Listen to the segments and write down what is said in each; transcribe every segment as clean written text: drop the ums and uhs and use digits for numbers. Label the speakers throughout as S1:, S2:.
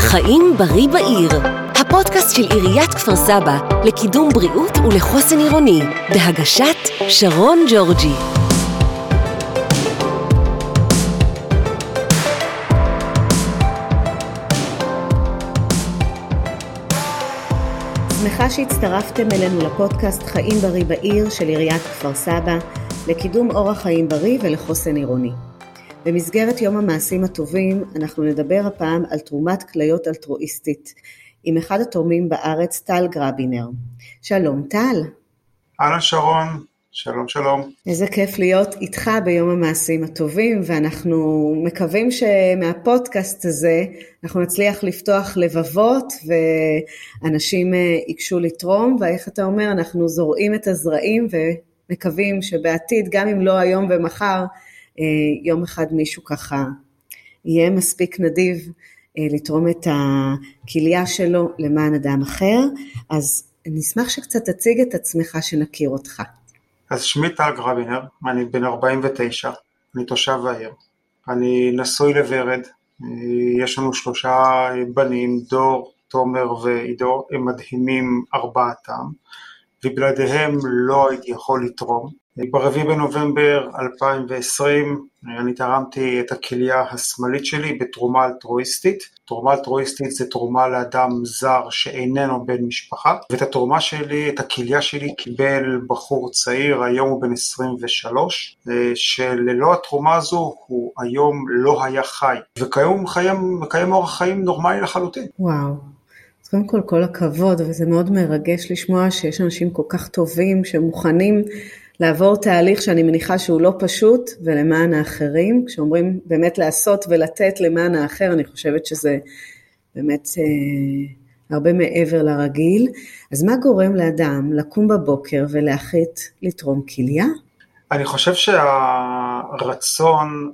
S1: חיים בריא בעיר, הפודקאסט של עיריית כפר סבא לקידום בריאות ולחוסן עירוני, בהגשת שרון ג'ורג'י. שמחה שהצטרפתם אלינו לפודקאסט חיים בריא בעיר של עיריית כפר סבא, לקידום אורח חיים בריא ולחוסן עירוני. במסגרת יום המעשים הטובים, אנחנו נדבר הפעם על תרומת כליות אלטרואיסטית, עם אחד התורמים בארץ, טל גרבינר. שלום טל.
S2: אהלן שרון, שלום שלום.
S1: איזה כיף להיות איתך ביום המעשים הטובים, ואנחנו מקווים שמהפודקאסט הזה אנחנו נצליח לפתוח לבבות, ואנשים יקשו לתרום, ואיך אתה אומר, אנחנו זורעים את הזרעים, ומקווים שבעתיד, גם אם לא היום ומחר, יום אחד מישהו ככה יהיה מספיק נדיב לתרום את הכליה שלו למען אדם אחר. אז נשמח שקצת תציג את עצמך שנכיר אותך.
S2: אז שמי טל גרבינר, אני בן 49, אני תושב העיר, אני נשוי לוורד, יש לנו 3 בנים, דור, תומר ועידו, הם מדהימים ארבעתם, ובלעדיהם לא הייתי יכול לתרום. ב4 בנובמבר 2020 אני תרמתי את הכליה השמאלית שלי בתרומה אלטרואיסטית. תרומה אלטרואיסטית זה תרומה לאדם זר שאיננו בן משפחה, ואת התרומה שלי, את הכליה שלי קיבל בחור צעיר, היום הוא בן 23, שללא התרומה הזו הוא היום לא היה חי, וכיום מקיים אורח חיים נורמלי לחלוטין.
S1: וואו. אז קודם כל הכבוד, וזה מאוד מרגש לשמוע שיש אנשים כל כך טובים שמוכנים לעבור תהליך שאני מניחה שהוא לא פשוט ולמען האחרים. כשאומרים באמת לעשות ולתת למען האחר, אני חושבת שזה באמת הרבה מעבר לרגיל. אז מה גורם לאדם לקום בבוקר ולהחליט לתרום כליה?
S2: אני חושב שהרצון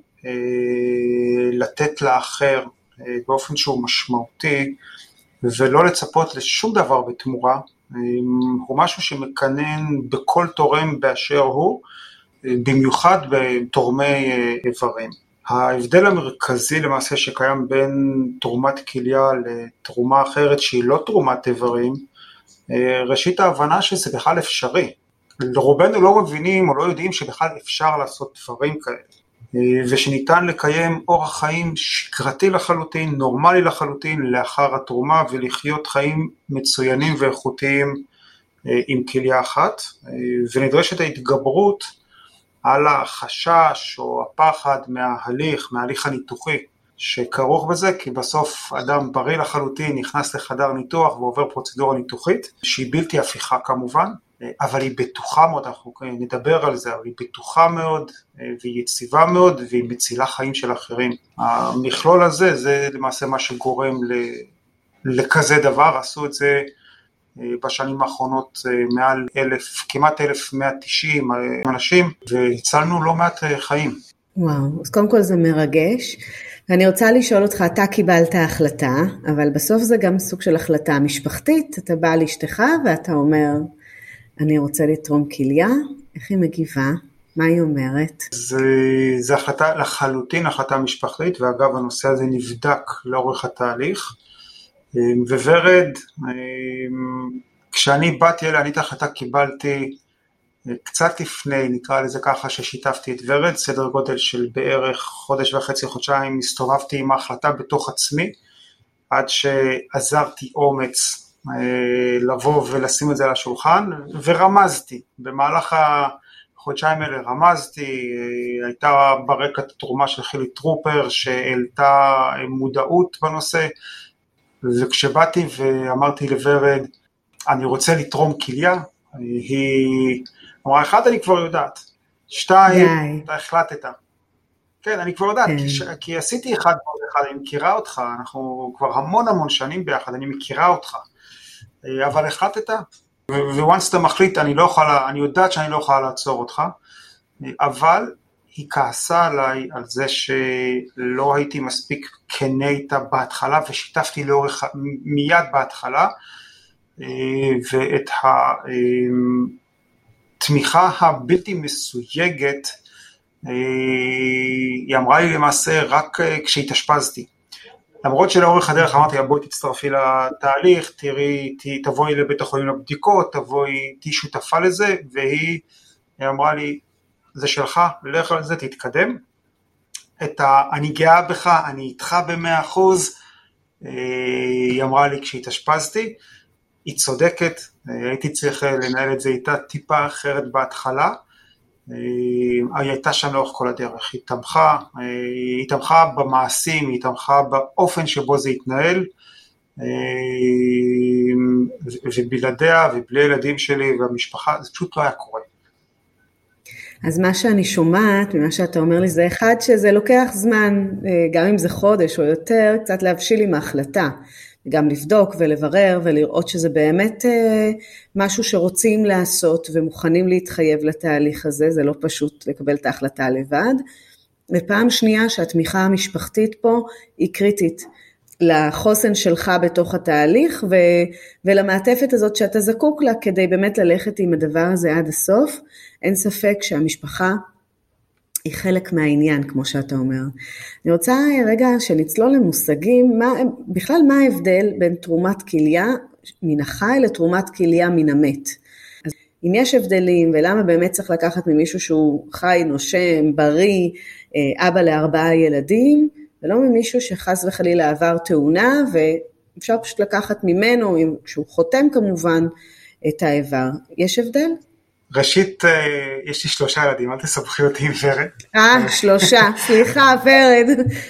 S2: לתת לאחר באופן שהוא משמעותי, ולא לצפות לשום דבר בתמורה, הוא משהו שמקנן בכל תורם באשר הוא, במיוחד בתורמי איברים. ההבדל המרכזי למעשה שקיים בין תרומת כליה לתרומה אחרת שהיא לא תרומת איברים, ראשית ההבנה שזה בכלל אפשרי. לרובנו לא מבינים או לא יודעים שבכלל אפשר לעשות דברים כאלה, ושניתן לקיים אורח חיים שגרתי לחלוטין, נורמלי לחלוטין לאחר התרומה, ולחיות חיים מצוינים ואיכותיים עם כליה אחת, ונדרשת ההתגברות על החשש או הפחד מההליך הניתוחי שכרוך בזה, כי בסוף אדם בריא לחלוטין נכנס לחדר ניתוח ועובר פרוצדורה ניתוחית, שהיא בלתי הפיכה כמובן, אבל היא בטוחה מאוד, אנחנו נדבר על זה, אבל היא בטוחה מאוד והיא יציבה מאוד והיא מצילה חיים של אחרים. המכלול הזה זה למעשה מה שגורם לכזה דבר. עשו את זה בשנים האחרונות מעל 1,000, כמעט 1,190 אנשים, והצלנו לא מעט חיים.
S1: וואו, אז קודם כל זה מרגש, ואני רוצה לשאול אותך, אתה קיבלת החלטה, אבל בסוף זה גם סוג של החלטה משפחתית, אתה בא לאשתך ואתה אומר, אני רוצה לתרום כליה, איך היא מגיבה? מה היא אומרת?
S2: זה החלטה לחלוטין, החלטה משפחתית, ואגב הנושא הזה נבדק לאורך התהליך, וורד, כשאני באתי אליה, אני את ההחלטה קיבלתי קצת לפני, נקרא לזה ככה, ששיתפתי את ורד, סדר גודל של בערך חודש וחצי, חודשיים, הסתובבתי עם ההחלטה בתוך עצמי, עד שעזרתי אומץ, לבוא ולשים את זה על השולחן, ורמזתי, במהלך החודשיים האלה רמזתי, הייתה ברקע התרומה של חילי טרופר, שהעלתה מודעות בנושא, וכשבאתי ואמרתי לוורד, אני רוצה לתרום כליה, היא אמרה, 1, אני כבר יודעת, 2, אתה החלטת. כן, אני כבר יודעת, כי עשיתי 1 ועוד 1, אני מכירה אותך, אנחנו כבר המון שנים ביחד, אני מכירה אותך. אבל החלטת, וואנס אתה מחליט, אני יודעת שאני לא יכולה לעצור אותך, אבל היא כעסה עליי על זה שלא הייתי מספיק כנה איתה בהתחלה, ושיתפתי מיד בהתחלה, ואת התמיכה הבלתי מסויגת, היא אמרה לי למעשה רק כשהתאשפזתי. למרות שלאורך הדרך אמרתי, בואי תצטרפי לתהליך, תבואי לבית החולים לבדיקות, תהיי שותפה לזה, והיא אמרה לי, זה שלך, לך על זה, תתקדם. אני גאה בך, אני איתך ב100%, היא אמרה לי כשהתאשפזתי, היא צודקת, הייתי צריך לנהל את זה איתה טיפה אחרת בהתחלה, היא הייתה שם לאורך כל הדרך, היא תמכה במעשים, היא תמכה באופן שבו זה התנהל, ובלעדיה ובלי ילדים שלי והמשפחה, זה פשוט לא היה קורה.
S1: אז מה שאני שומעת, ממה שאתה אומר לי, זה אחד שזה לוקח זמן, גם אם זה חודש או יותר, קצת להבשיל עם ההחלטה, גם לבדוק ולברר ולראות שזה באמת משהו שרוצים לעשות ומוכנים להתחייב לתהליך הזה, זה לא פשוט לקבל את ההחלטה לבד. ופעם שנייה שהתמיכה המשפחתית פה היא קריטית, לחוסן שלך בתוך התהליך ולמעטפת הזאת שאתה זקוק לה כדי באמת ללכת עם הדבר הזה עד הסוף. אין ספק שהמשפחה היא חלק מהעניין, כמו שאתה אומר. אני רוצה רגע שנצלול למושגים, בכלל מה ההבדל בין תרומת כליה מן החי לתרומת כליה מן המת. אז אם יש הבדלים ולמה באמת צריך לקחת ממישהו שהוא חי, נושם, בריא, אבא ל4 ילדים, ולא ממישהו שחס וחלילה עבר תאונה, ואפשר פשוט לקחת ממנו, כשהוא חותם כמובן, את האיבר. יש הבדל?
S2: ראשית, יש לי 3 ילדים, אל תסבכי אותי עם ורד.
S1: 3, סליחה, ורד.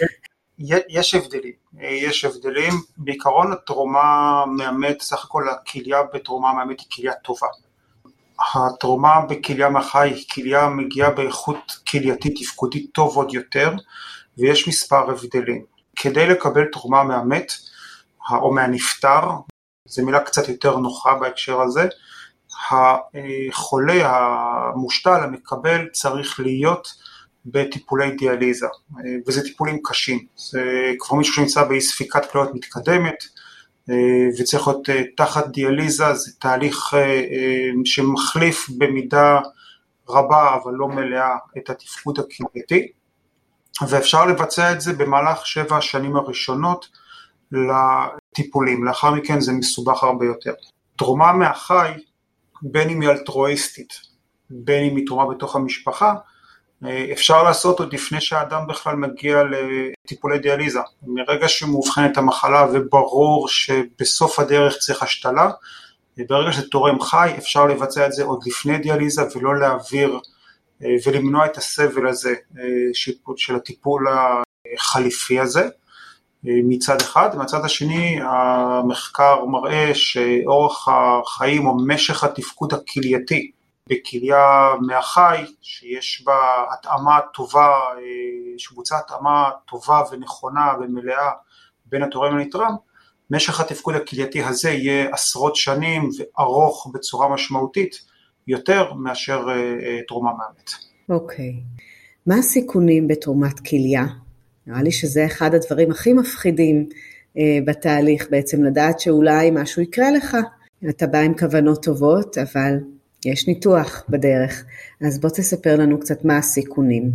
S2: יש הבדלים, בעיקרון התרומה מהמת, סך הכל הכליה בתרומה מהמת היא כליה טובה. התרומה בכליה מהחי היא כליה מגיעה באיכות כלייתית תפקודית טוב עוד יותר, ויש מספר הבדלים. כדי לקבל תרומה מהמת, או מהנפטר, זו מילה קצת יותר נוחה בהקשר הזה, החולה המושתל המקבל צריך להיות בטיפולי דיאליזה, וזה טיפולים קשים, זה כבר מישהו שנמצא באי ספיקת כליות מתקדמת, וצריך להיות תחת דיאליזה, זה תהליך שמחליף במידה רבה אבל לא מלאה את התפקוד הכלייתי, ואפשר לבצע את זה במהלך 7 השנים הראשונות לטיפולים, לאחר מכן זה מסובך הרבה יותר. תרומה מהחי, בין אם היא אלטרואיסטית, בין אם היא תרומה בתוך המשפחה, אפשר לעשות עוד לפני שהאדם בכלל מגיע לטיפולי דיאליזה. מרגע שמאובחנת המחלה וברור שבסוף הדרך צריך השתלה, ברגע שתורם חי אפשר לבצע את זה עוד לפני דיאליזה ולא להעביר ולמנוע את הסבל הזה של הטיפול החליפי הזה מצד אחד. מצד השני המחקר מראה שאורך החיים או משך התפקוד הכלייתי בכליה מהחי שיש בה התאמה טובה, שבוצעה התאמה טובה ונכונה ומלאה בין התורם לנתרם, משך התפקוד הכלייתי הזה יהיה עשרות שנים וארוך בצורה משמעותית יותר מאשר תרומה מהמת.
S1: אוקיי. מה הסיכונים בתרומת כליה? נראה לי שזה אחד הדברים הכי מפחידים בתהליך, בעצם לדעת שאולי משהו יקרה לך. אתה בא עם כוונות טובות, אבל יש ניתוח בדרך. אז בוא תספר לנו קצת מה הסיכונים.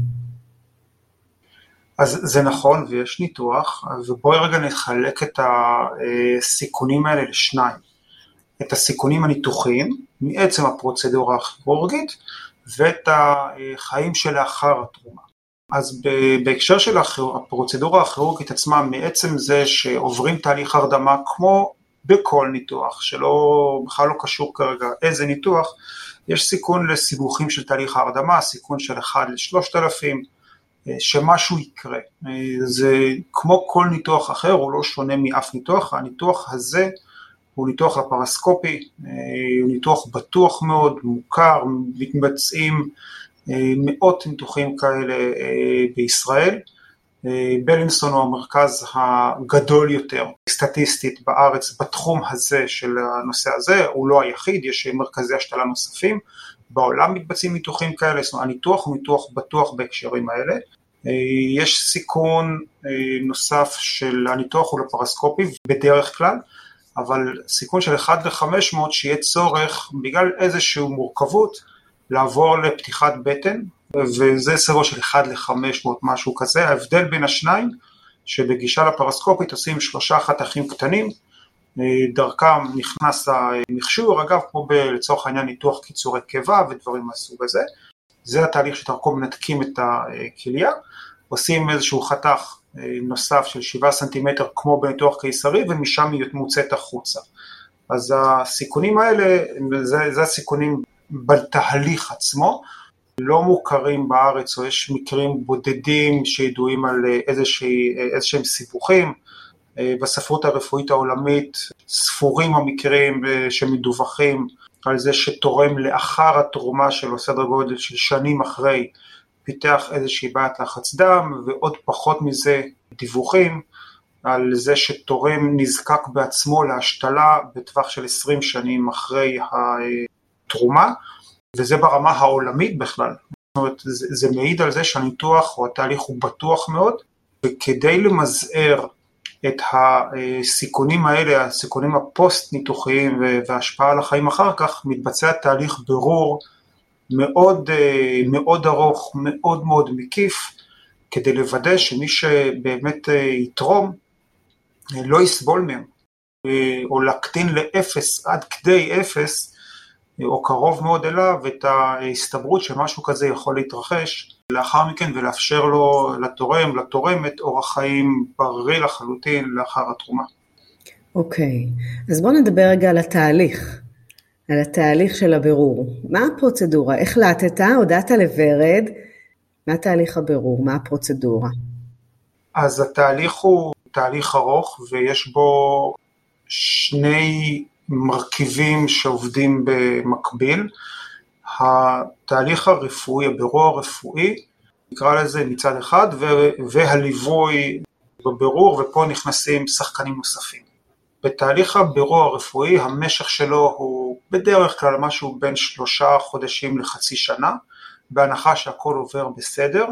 S2: אז זה נכון ויש ניתוח, ובואי רגע נחלק את הסיכונים האלה לשניים. את הסיכונים הניתוחיים, מעצם הפרוצדורה הכירורגית, ואת החיים שלאחר התרומה. אז בהקשר של הפרוצדורה הכירורגית עצמה, מעצם זה שעוברים תהליך הרדמה כמו בכל ניתוח, בכלל לא קשור כרגע איזה ניתוח, יש סיכון לסיבוכים של תהליך ההרדמה, סיכון של 1 ל-3,000, שמשהו יקרה. זה כמו כל ניתוח אחר, הוא לא שונה מאף ניתוח, הניתוח הזה הוא ניתוח לפרסקופי, הוא ניתוח בטוח מאוד, מוכר, מתבצעים מאות ניתוחים כאלה בישראל, בלינסון הוא המרכז הגדול יותר, סטטיסטית בארץ בתחום הזה של הנושא הזה, הוא לא היחיד, יש מרכזי השתלה נוספים, בעולם מתבצעים ניתוחים כאלה, זאת אומרת, הניתוח הוא ניתוח בטוח בהקשרים האלה, יש סיכון נוסף של הניתוח הוא לפרסקופי בדרך כלל, אבל סיכון של 1 ל-500 שיהיה צורך בגלל איזושהי מורכבות לעבור לפתיחת בטן, וזה סדר של 1 ל-500 משהו כזה. ההבדל בין השניים שבגישה לפרסקופית עושים 3 חתכים קטנים, דרכם נכנס המכשור, אגב כמו לצורך העניין ניתוח קיצורי קיבה ודברים מהסוג הזה, זה התהליך שדרכו מנתקים את הכליה, עושים איזשהו חתך נוסף של 7 סנטימטר כמו בניתוח קיסרי ומשם היא מוצאת החוצה. אז הסיכונים האלה, זה הסיכונים בתהליך עצמו, לא מוכרים בארץ או יש מקרים בודדים שידועים על איזשהם סיבוכים, בספרות הרפואית העולמית ספורים המקרים שמדווחים על זה שתורם לאחר התרומה שלו סדר גודל של שנים אחרי פיתח איזושהי בעיית לחץ דם, ועוד פחות מזה דיווחים על זה שתורם נזקק בעצמו להשתלה בטווח של 20 שנים אחרי התרומה, וזה ברמה העולמית בכלל. זאת אומרת, זה מעיד על זה שהניתוח או התהליך הוא בטוח מאוד, וכדי למזער את הסיכונים האלה, הסיכונים הפוסט ניתוחיים וההשפעה על החיים אחר כך, מתבצע תהליך בירור מאוד מאוד ארוך, מאוד מאוד מקיף, כדי לוודא שמי שבאמת יתרום לא יסבול מהם, או להקטין לאפס עד כדי אפס, או קרוב מאוד אליו, את ההסתברות שמשהו כזה יכול להתרחש לאחר מכן, ולאפשר לו לתורם, לתורמת, אורח חיים בריא לחלוטין לאחר התרומה.
S1: אוקיי, אז בואו נדבר רגע על התהליך, על התהליך של הבירור. מה הפרוצדורה? החלטת, הודעת לוורד, מה תהליך הבירור, מה הפרוצדורה?
S2: אז התהליך הוא תהליך ארוך, ויש בו 2 מרכיבים שעובדים במקביל. התהליך הרפואי, הבירור הרפואי, נקרא לזה מצד אחד, והליווי בבירור, ופה נכנסים שחקנים נוספים. בתהליך הבירור הרפואי, המשך שלו הוא בדרך כלל משהו בין 3 חודשים לחצי שנה, בהנחה שהכל עובר בסדר,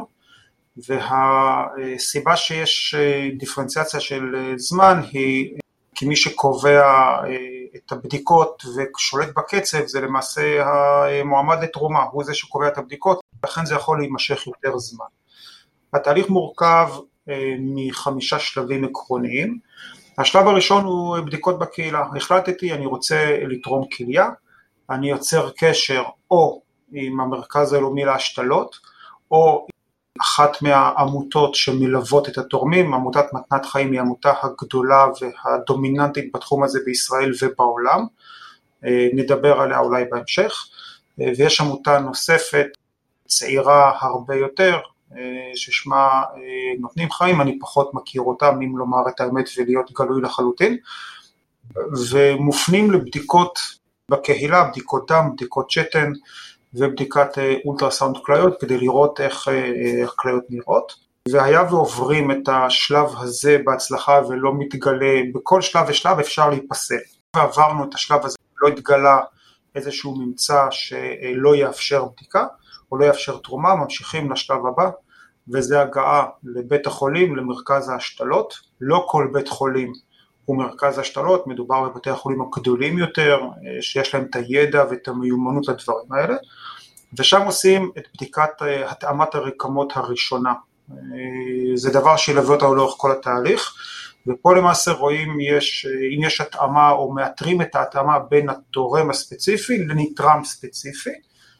S2: והסיבה שיש דיפרנציאציה של זמן היא כי מי שקובע את הבדיקות ושולט בקצב זה למעשה המועמד לתרומה, הוא זה שקובע את הבדיקות, לכן זה יכול להימשך יותר זמן. התהליך מורכב מ5 שלבים עקרוניים. השלב הראשון הוא בדיקות בקהילה. החלטתי, אני רוצה לתרום כליה, אני יוצר קשר או עם המרכז הלאומי להשתלות, או אחת מהעמותות שמלוות את התורמים. עמותת מתנת חיים היא העמותה הגדולה והדומיננטית בתחום הזה בישראל ובעולם, נדבר עליה אולי בהמשך, ויש עמותה נוספת צעירה הרבה יותר, ששמה נותנים חיים, אני פחות מכיר אותם, אם לומר את האמת ולהיות גלוי לחלוטין, ומופנים לבדיקות בקהילה, בדיקות דם, בדיקות שתן, ובדיקת אולטרסאונד כליות, כדי לראות איך כליות נראות, והיה ועוברים את השלב הזה בהצלחה ולא מתגלה, בכל שלב ושלב אפשר להיפסל, ועברנו את השלב הזה, לא התגלה איזשהו ממצא שלא יאפשר בדיקה, או לא יאפשר תרומה, ממשיכים לשלב הבא, וזה הגעה לבית החולים, למרכז ההשתלות. לא כל בית חולים הוא מרכז ההשתלות, מדובר בבתי החולים הגדולים יותר, שיש להם את הידע ואת המיומנות לדברים האלה, ושם עושים את בדיקת התאמת הרקמות הראשונה. זה דבר שילווה אותנו לאורך כל התהליך, ופה למעשה רואים אם יש התאמה או מאתרים את ההתאמה בין התורם הספציפי לנתרם ספציפי,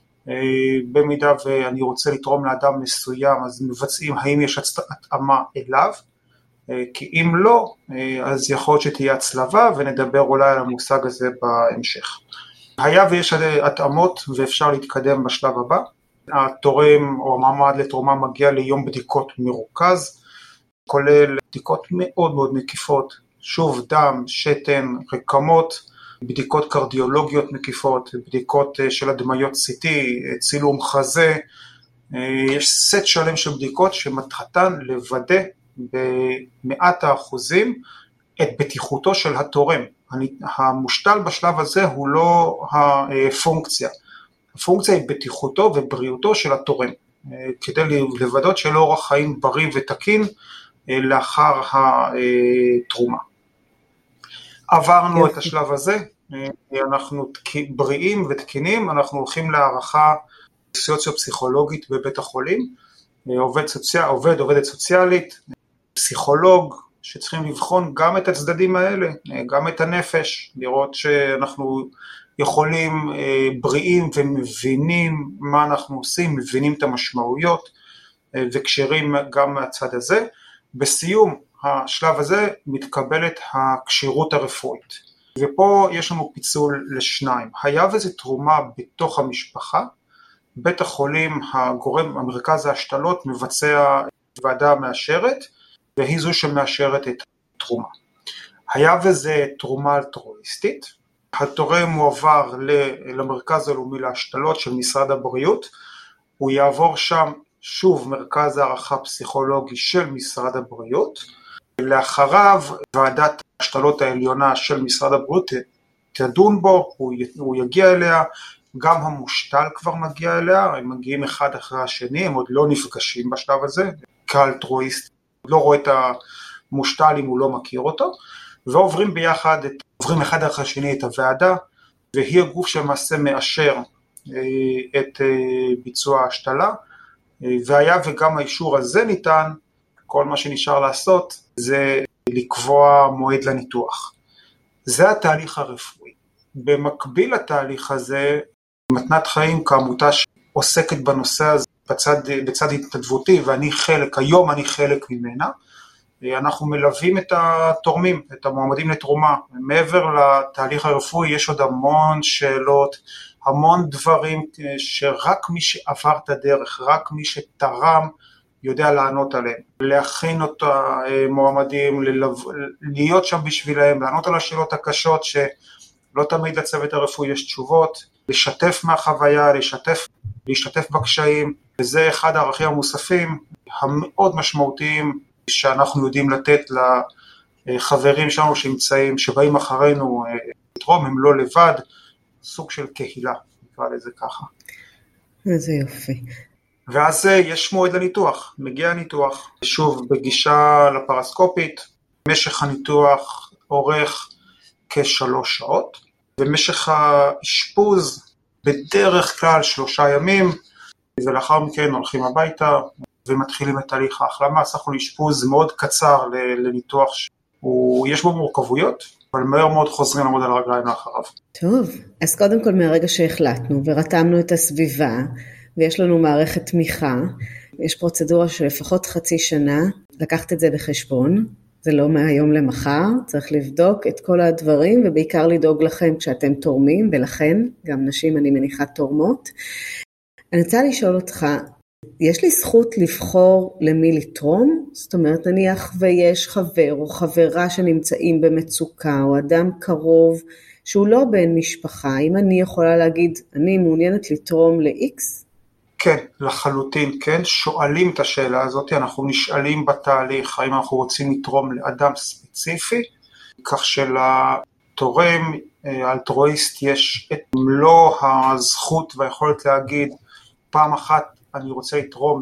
S2: במידה ואני רוצה לתרום לאדם מסוים, אז מבצעים האם יש התאמה אליו, כי אם לא, אז יכול להיות שתהיה הצלבה, ונדבר אולי על המושג הזה בהמשך. היה ויש התאמות ואפשר להתקדם בשלב הבא, התורם או המועמד לתרומה מגיע ליום בדיקות מרוכז, כולל בדיקות מאוד מאוד מקיפות, שוב דם, שתן, רקמות, בדיקות קרדיולוגיות מקיפות, בדיקות של הדמיות CT, צילום חזה, יש סט שלם של בדיקות שמטרתן לוודא במאת האחוזים את בטיחותו של התורם. המושתל בשלב הזה הוא לא הפונקציה, הפונקציה היא בטיחותו ובריאותו של התורם, כדי לוודאות שלא אורח חיים בריא ותקין לאחר התרומה. עברנו את השלב הזה, אנחנו בריאים ותקינים, אנחנו הולכים להערכה סוציו-פסיכולוגית בבית החולים, עובדת סוציאלית, פסיכולוג, שצריכים לבחון גם את הצדדים האלה, גם את הנפש, לראות שאנחנו יכולים בריאים ומבינים מה אנחנו עושים, מבינים את המשמעויות וקשרים גם מהצד הזה. בסיום השלב הזה מתקבלת הקשירות הרפואית, ופה יש לנו פיצול לשניים. היה וזה תרומה בתוך המשפחה, בית החולים, הגורם, המרכז ההשתלות מבצע ועדה מאשרת, והיא זו שמאשרת את התרומה. היה וזה תרומה אלטרואיסטית, התורם מועבר למרכז הלאומי להשתלות של משרד הבריאות, הוא יעבור שם שוב מרכז הערכה פסיכולוגי של משרד הבריאות, לאחריו ועדת ההשתלות העליונה של משרד הבריאות תדון בו, הוא יגיע אליה, גם המושתל כבר מגיע אליה, הם מגיעים אחד אחרי השני, הם עוד לא נפגשים בשלב הזה, כאלטרואיסט, לא רואה את המושתל אם הוא לא מכיר אותו, ועוברים ביחד, עוברים אחד אחרי השני את הוועדה, והיא הגוף שמעשה מאשר את ביצוע ההשתלה, והיה וגם האישור הזה ניתן, כל מה שנשאר לעשות זה לקבוע מועד לניתוח. זה התהליך הרפואי. במקביל לתהליך הזה, מתנת חיים כעמותה שעוסקת בנושא הזה בצד התנדבותי, היום אני חלק ממנה, אנחנו מלווים את התורמים, את המועמדים לתרומה. מעבר לתהליך הרפואי יש עוד המון שאלות, המון דברים שרק מי שעבר את הדרך, רק מי שתרם יודע לענות עליהם. להכין את המועמדים, להיות שם בשבילהם, לענות על השאלות הקשות שלא תמיד לצוות הרפואי יש תשובות, לשתף מהחוויה, להשתתף בקשיים, וזה אחד הערכים המוספים המאוד משמעותיים שאנחנו יודעים לתת לחברים שלנו שבאים אחרינו לתרום, הם לא לבד, סוג של קהילה, נקרא לזה ככה.
S1: איזה יופי.
S2: ואז יש מועד לניתוח, מגיע הניתוח, שוב בגישה לפרסקופית, משך הניתוח אורך כ3 שעות, ומשך האשפוז בדרך כלל 3 ימים, ולאחר מכן הולכים הביתה ומתחילים את תהליך ההחלמה. סך הכל אשפוז מאוד קצר לניתוח, יש בו מורכבויות, אבל מהר מאוד חוזרים לעמוד על הרגליים לאחריו.
S1: טוב, אז קודם כל מהרגע שהחלטנו ורתמנו את הסביבה, ויש לנו מערכת תמיכה, יש פרוצדורה של לפחות חצי שנה, לקחת את זה בחשבון, זה לא מהיום למחר, צריך לבדוק את כל הדברים, ובעיקר לדאוג לכם כשאתם תורמים, ולכן גם נשים אני מניחה תורמות. אני רוצה לשאול אותך, יש לי זכות לבחור למי לתרום? זאת אומרת, נניח ויש חבר או חברה שנמצאים במצוקה, או אדם קרוב שהוא לא בן משפחה, אם אני יכולה להגיד, אני מעוניינת לתרום ל-X?
S2: כן, לחלוטין, כן, שואלים את השאלה הזאת, אנחנו נשאלים בתהליך, האם אנחנו רוצים לתרום לאדם ספציפי, כך שלתורם, האלטרואיסט, יש את מלוא הזכות והיכולת להגיד, פעם אחת אני רוצה לתרום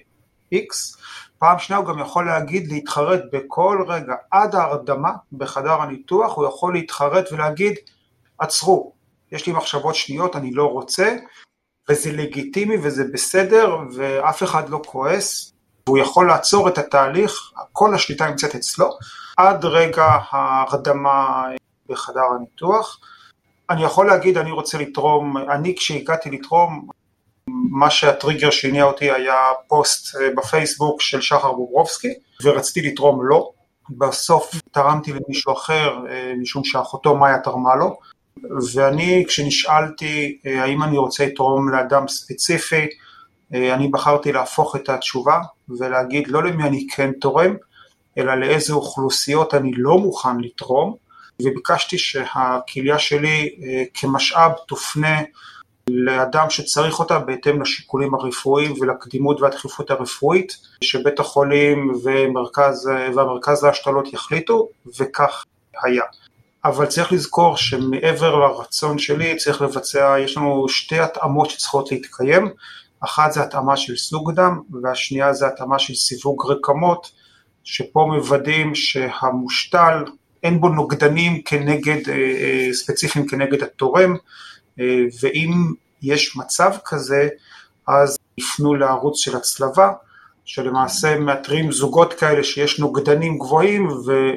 S2: ל-X, פעם שנייה הוא גם יכול להגיד, להתחרט בכל רגע, עד ההרדמה בחדר הניתוח, הוא יכול להתחרט ולהגיד, עצרו, יש לי מחשבות שניות, אני לא רוצה, וזה לגיטימי וזה בסדר, ואף אחד לא כועס, והוא יכול לעצור את התהליך, כל השליטה נמצאת אצלו, עד רגע ההרדמה בחדר הניתוח. אני יכול להגיד, אני רוצה לתרום, אני כשהגעתי לתרום, מה שהטריגר שהניע אותי היה פוסט בפייסבוק של שחר בוברובסקי, ורציתי לתרום לו, בסוף תרמתי למישהו אחר, משום שאחותו מאיה תרמה לו, ואני כשנשאלתי האם אני רוצה לתרום לאדם ספציפי, אני בחרתי להפוך את התשובה ולהגיד לא למי אני כן תורם, אלא לאיזה אוכלוסיות אני לא מוכן לתרום, וביקשתי שהכליה שלי כמשאב תופנה לאדם שצריך אותה בהתאם לשיקולים הרפואיים ולקדימות והדחיפות הרפואית, שבית החולים והמרכז להשתלות יחליטו, וכך היה. אבל צריך לזכור שמעבר לרצון שלי צריך לבצע, יש לנו 2 התאמות שצריכות להתקיים, אחת זה התאמה של סוג דם, והשנייה זה התאמה של סיווג רקמות, שפה מוודאים שהמושתל אין בו נוגדנים ספציפיים כנגד התורם, ואם יש מצב כזה, אז יפנו לערוץ של הצלבה, שלמעשה מאתרים זוגות כאלה שיש נוגדנים גבוהים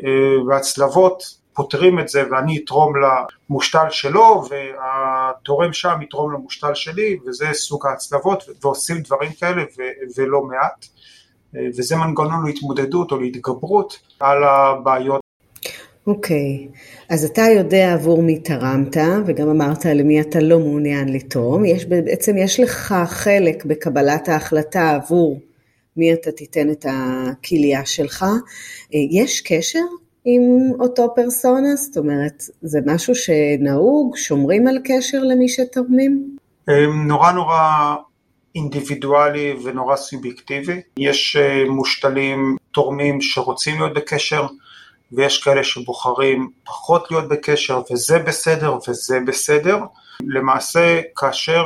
S2: והצלבות פותרים את זה, ואני אתרום למושתל שלו והתורם שם יתרום למושתל שלי, וזה סוג ההצלבות, ועושים דברים כאלה ולא מעט, וזה מנגנון להתמודדות או להתגברות על הבעיות.
S1: אוקיי, אז אתה יודע עבור מי תרמת, וגם אמרת למי אתה לא מעוניין לתרום, בעצם יש לך חלק בקבלת ההחלטה עבור מי אתה תיתן את הכליה שלך. יש קשר עם אותו פרסונה? זאת אומרת, זה משהו שנהוג, שומרים על קשר למי שתורמים?
S2: נורא אינדיבידואלי ונורא סובייקטיבי. יש מושתלים תורמים שרוצים להיות בקשר, ויש כאלה שבוחרים פחות להיות בקשר, וזה בסדר וזה בסדר. למעשה, כאשר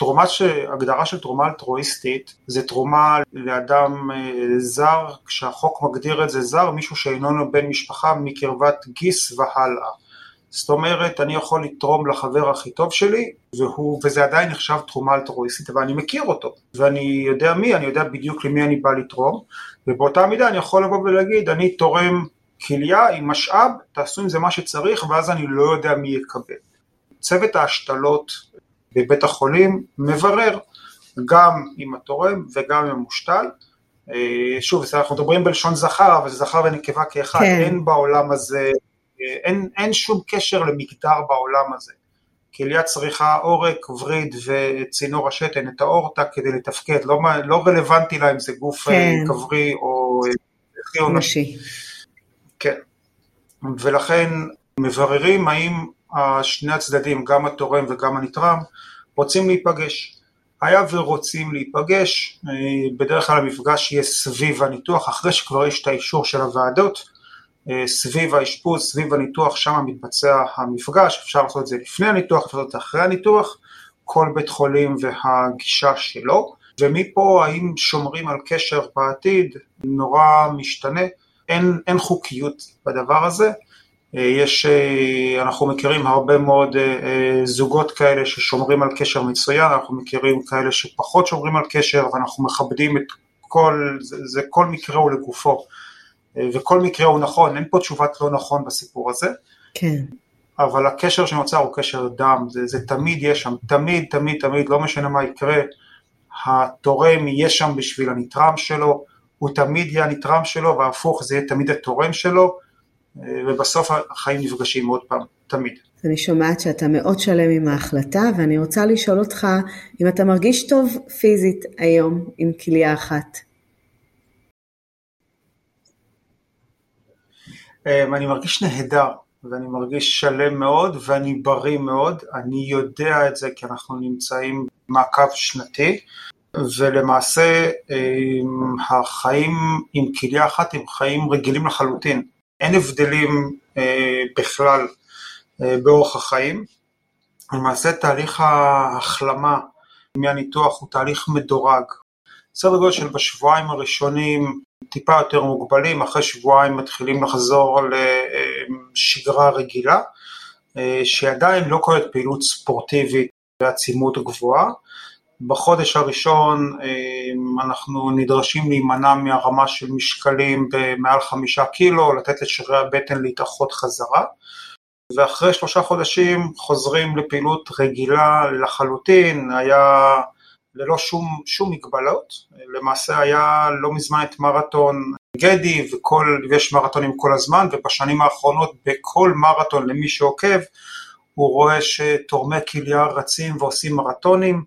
S2: הגדרה של תרומה אלטרואיסטית, זה תרומה לאדם זר, כשהחוק מגדיר את זה זר, מישהו שאיננו בן משפחה מקרבת גיס והלאה. זאת אומרת, אני יכול לתרום לחבר הכי טוב שלי, וזה עדיין נחשב תרומה אלטרואיסטית, אבל אני מכיר אותו, ואני יודע אני יודע בדיוק למי אני בא לתרום, ובאותה מידה אני יכול לבוא ולהגיד, אני תורם כליה עם משאב, תעשו עם זה מה שצריך, ואז אני לא יודע מי יקבל. צוות ההשתלות בבית החולים מברר גם עם התורם וגם עם המושתל. שוב, אנחנו מדברים בלשון זכר, אבל זה זכר ונקבה כאחד, כן. אין בעולם הזה, אין שום קשר למגדר בעולם הזה. כליה צריכה עורק, וריד וצינור השתן, את האורטה כדי לתפקד, לא רלוונטי לה אם זה גוף כן. גברי או נשי. כן, ולכן מבררים האם שני הצדדים, גם התורם וגם הנתרם, רוצים להיפגש. היה ורוצים להיפגש, בדרך כלל המפגש יהיה סביב הניתוח, אחרי שכבר יש את האישור של הוועדות, סביב האשפוז, סביב הניתוח, שם מתבצע המפגש, אפשר לעשות את זה לפני הניתוח, אפשר לעשות את זה אחרי הניתוח, כל בית חולים והגישה שלו, ומפה האם שומרים על קשר בעתיד, נורא משתנה, אין חוקיות בדבר הזה. אנחנו מכירים הרבה מאוד זוגות כאלה ששומרים על קשר מצוין, אנחנו מכירים כאלה שפחות שומרים על קשר, ואנחנו מכבדים את כל מקרה הוא לגופו, וכל מקרה הוא נכון, אין פה תשובת לא נכון בסיפור הזה.
S1: כן.
S2: אבל הקשר שנוצר הוא קשר דם, זה תמיד יש שם, תמיד, לא משנה מה יקרה, התורם יהיה שם בשביל הנתרם שלו, הוא תמיד יהיה הנתרם שלו, והפוך זה יהיה תמיד התורם שלו, ובסוף החיים נפגשים עוד פעם, תמיד.
S1: אני שומעת שאתה מאוד שלם עם ההחלטה, ואני רוצה לשאול אותך אם אתה מרגיש טוב פיזית היום עם כליה אחת.
S2: אני מרגיש נהדר, ואני מרגיש שלם מאוד, ואני בריא מאוד, אני יודע את זה כי אנחנו נמצאים במעקב שנתי, ולמעשה החיים עם כליה אחת הם חיים רגילים לחלוטין, אין הבדלים בכלל באורח החיים. למעשה תהליך ההחלמה מהניתוח הוא תהליך מדורג, סדר גודל של בשבועיים הראשונים טיפה יותר מוגבלים, אחרי שבועיים מתחילים לחזור לשגרה רגילה, שעדיין לא כוללת פעילות ספורטיבית בעצימות גבוהה. בחודש הראשון אנחנו נדרשים להימנע מהרמה של משקלים במעל 5 קילו, לתת לשרירי הבטן להתאחות חזרה, ואחרי 3 חודשים חוזרים לפעילות רגילה לחלוטין, היה ללא שום מגבלות. למעשה היה לא מזמן את מרתון גדי, ויש מרתונים כל הזמן, ובשנים האחרונות בכל מרתון למי שעוקב, הוא רואה שתורמי כליה רצים ועושים מרתונים,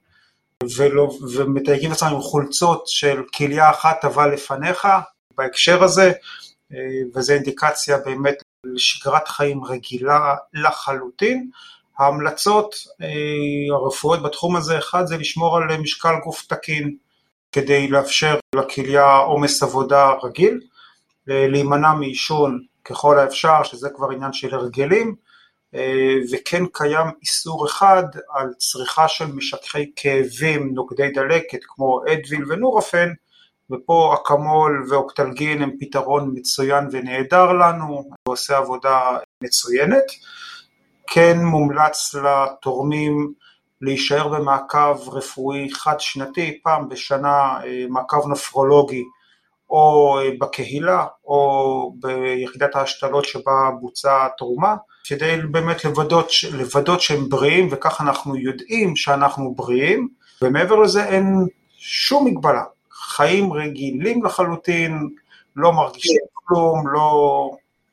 S2: ומתייגים עצמם עם חולצות של כליה אחת אבל לפניך, בהקשר הזה, וזו אינדיקציה באמת לשגרת חיים רגילה לחלוטין. ההמלצות הרפואיות בתחום הזה, אחד זה לשמור על משקל גוף תקין, כדי לאפשר לכליה עומס עבודה רגיל, להימנע מעישון ככל האפשר, שזה כבר עניין של הרגלים, וכן קיים איסור אחד על צריכה של משככי כאבים, נוגדי דלקת, כמו אדוויל ונורופן, ופה אקמול ואוקטלגין הם פתרון מצוין ונהדר לנו, ועושה עבודה מצוינת. כן מומלץ לתורמים להישאר במעקב רפואי חד שנתי, פעם בשנה מעקב נפרולוגי או בקהילה, או ביחידת ההשתלות שבה בוצעה תרומה, כדי באמת לוודות שהם בריאים, וכך אנחנו יודעים שאנחנו בריאים, ומעבר לזה אין שום מגבלה. חיים רגילים לחלוטין, לא מרגישים כלום, לא...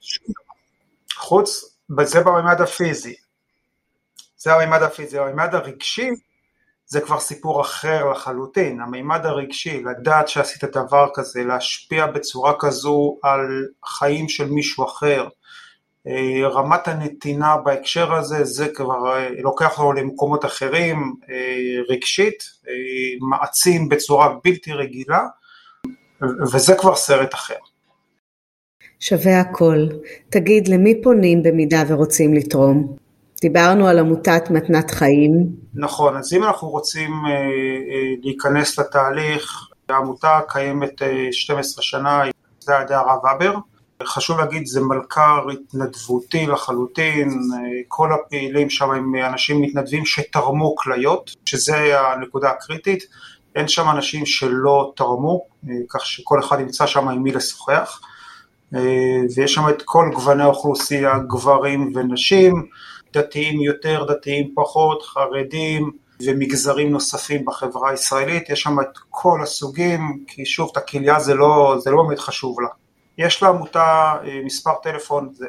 S2: חוץ, זה בממד הפיזי. זה הממד הפיזי, הממד הרגשי, זה כבר סיפור אחר לחלוטין. הממד הרגשי, לדעת שעשית דבר כזה, להשפיע בצורה כזו על חיים של מישהו אחר, רמת הנתינה בהקשר הזה, זה כבר לוקח לו למקומות אחרים, רגשית, מעצים בצורה בלתי רגילה, וזה כבר סרט אחר.
S1: שווה הכל. תגיד, למי פונים במידה ורוצים לתרום? דיברנו על עמותת מתנת חיים.
S2: נכון, אז אם אנחנו רוצים להיכנס לתהליך, העמותה קיימת 12 שנה, זה על ידי הרב הבר. חשוב להגיד, זה מלכר התנדבותי לחלוטין, כל הפעילים שם הם אנשים מתנדבים שתרמו כליות, שזה הנקודה הקריטית, אין שם אנשים שלא תרמו, כך שכל אחד ימצא שם עם מי לשוחח, ויש שם את כל גווני האוכלוסייה, גברים ונשים, דתיים יותר, דתיים פחות, חרדים ומגזרים נוספים בחברה הישראלית, יש שם את כל הסוגים, כי שוב, את הכליה זה לא באמת חשוב לה. יש לעמותה מספר טלפון, זה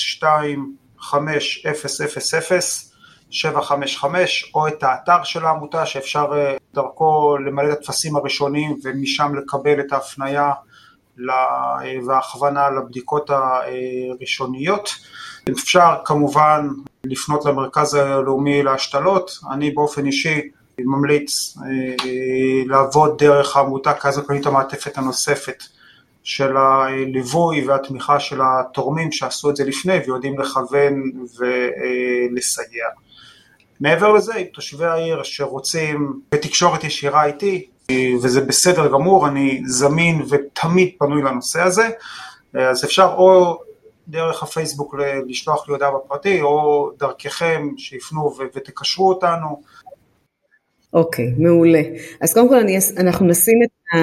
S2: 02-5000-755, או את האתר של העמותה, שאפשר דרכו למלא את הטפסים הראשונים, ומשם לקבל את ההפניה וההכוונה לבדיקות הראשוניות. אפשר כמובן לפנות למרכז הלאומי להשתלות, אני באופן אישי ממליץ לעבוד דרך העמותה, כי אז קונים את המעטפת הנוספת של הליווי והתמיכה של התורמים שעשו את זה לפני ויודעים לכוון ולסייע. מעבר לזה, עם תושבי העיר שרוצים בתקשורת ישירה איתי, וזה בסדר גמור, אני זמין ותמיד פנוי לנושא הזה, אז אפשר או דרך הפייסבוק לשלוח לי הודעה בפרטי, או דרככם שיפנו ותקשרו אותנו.
S1: אוקיי, מעולה. אז קודם כל אנחנו נשים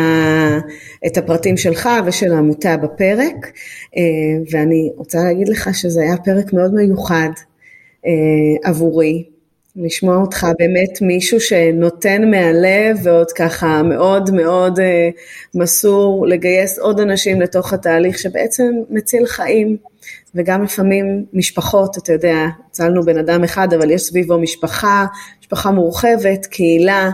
S1: את הפרטים שלך ושל העמותה בפרק, ואני רוצה להגיד לך שזה היה פרק מאוד מיוחד עבורי, לשמוע אותך באמת מישהו שנותן מהלב ועוד ככה מאוד מאוד מסור לגייס עוד אנשים לתוך התהליך שבעצם מציל חיים, וגם לפעמים משפחות, אתה יודע, הצלנו בן אדם אחד, אבל יש סביבו משפחה מורחבת, קהילה,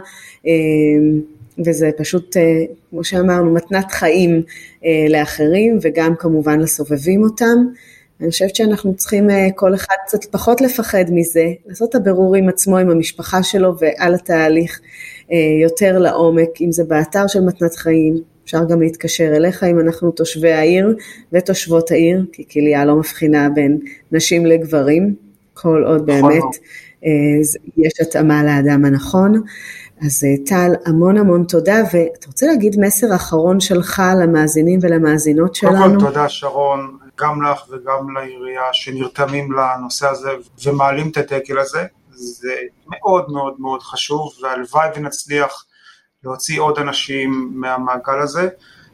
S1: וזה פשוט, כמו שאמרנו, מתנת חיים לאחרים, וגם כמובן לסובבים אותם. אני חושבת שאנחנו צריכים כל אחד קצת פחות לפחד מזה, לעשות את הבירור עם עצמו, עם המשפחה שלו, ועל התהליך יותר לעומק, אם זה באתר של מתנת חיים, אפשר גם להתקשר אליך אם אנחנו תושבי העיר ותושבות העיר, כי קהילה לא מבחינה בין נשים לגברים, כל עוד באמת יש התאמה לאדם הנכון. אז טל, המון המון תודה, ואתה רוצה להגיד מסר אחרון שלך למאזינים ולמאזינות שלנו?
S2: קודם כל תודה שרון, גם לך וגם לעירייה שנרתמים לנושא הזה ומעלים את הדגל הזה, זה מאוד מאוד מאוד חשוב, והלוואי ונצליח להוציא עוד אנשים מהמעגל הזה.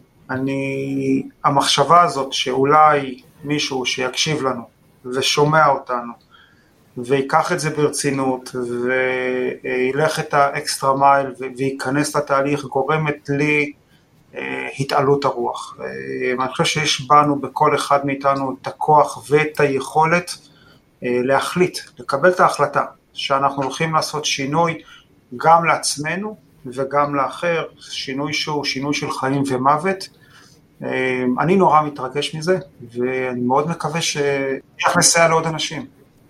S2: המחשבה הזאת שאולי מישהו שיקשיב לנו ושומע אותנו, ויקח את זה ברצינות, וילך את האקסטרה מייל, וייכנס לתהליך, גורמת לי התעלות הרוח. אני חושב שיש בנו, בכל אחד מאיתנו, את הכוח ואת היכולת להחליט, לקבל את ההחלטה, שאנחנו הולכים לעשות שינוי גם לעצמנו, וגם לאחר, שינוי שהוא שינוי של חיים ומוות. אני נורא מתרגש מזה, ואני מאוד מקווה שיח לסייע לעוד אנשים.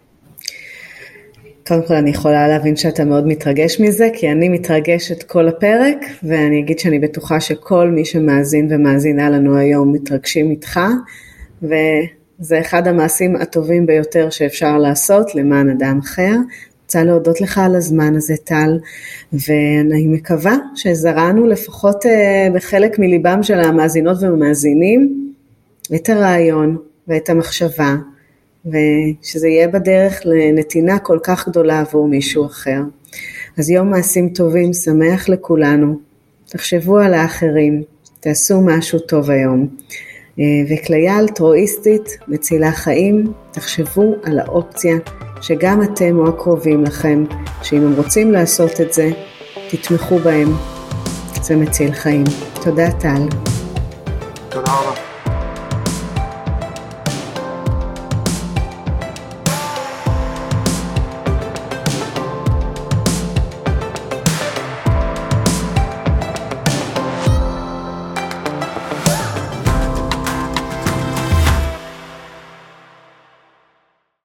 S1: קודם כל אני יכולה להבין שאתה מאוד מתרגש מזה, כי אני מתרגשת כל הפרק, ואני אגיד שאני בטוחה שכל מי שמאזין ומאזינה לנו היום מתרגשים איתך, וזה אחד המעשים הטובים ביותר שאפשר לעשות למען אדם אחר. רוצה להודות לך על הזמן הזה, טל, ואני מקווה שזרענו לפחות בחלק מליבם של המאזינות ומאזינים את הרעיון ואת המחשבה, ושזה יהיה בדרך לנתינה כל כך גדולה עבור מישהו אחר. אז יום מעשים טובים, שמח לכולנו, תחשבו על האחרים, תעשו משהו טוב היום. וכליה אלטרואיסטית מצילה חיים, תחשבו על האופציה שגם אתם או הקרובים לכם, שאם הם רוצים לעשות את זה, תתמכו בהם. זה מציל חיים. תודה טל.
S2: תודה רבה.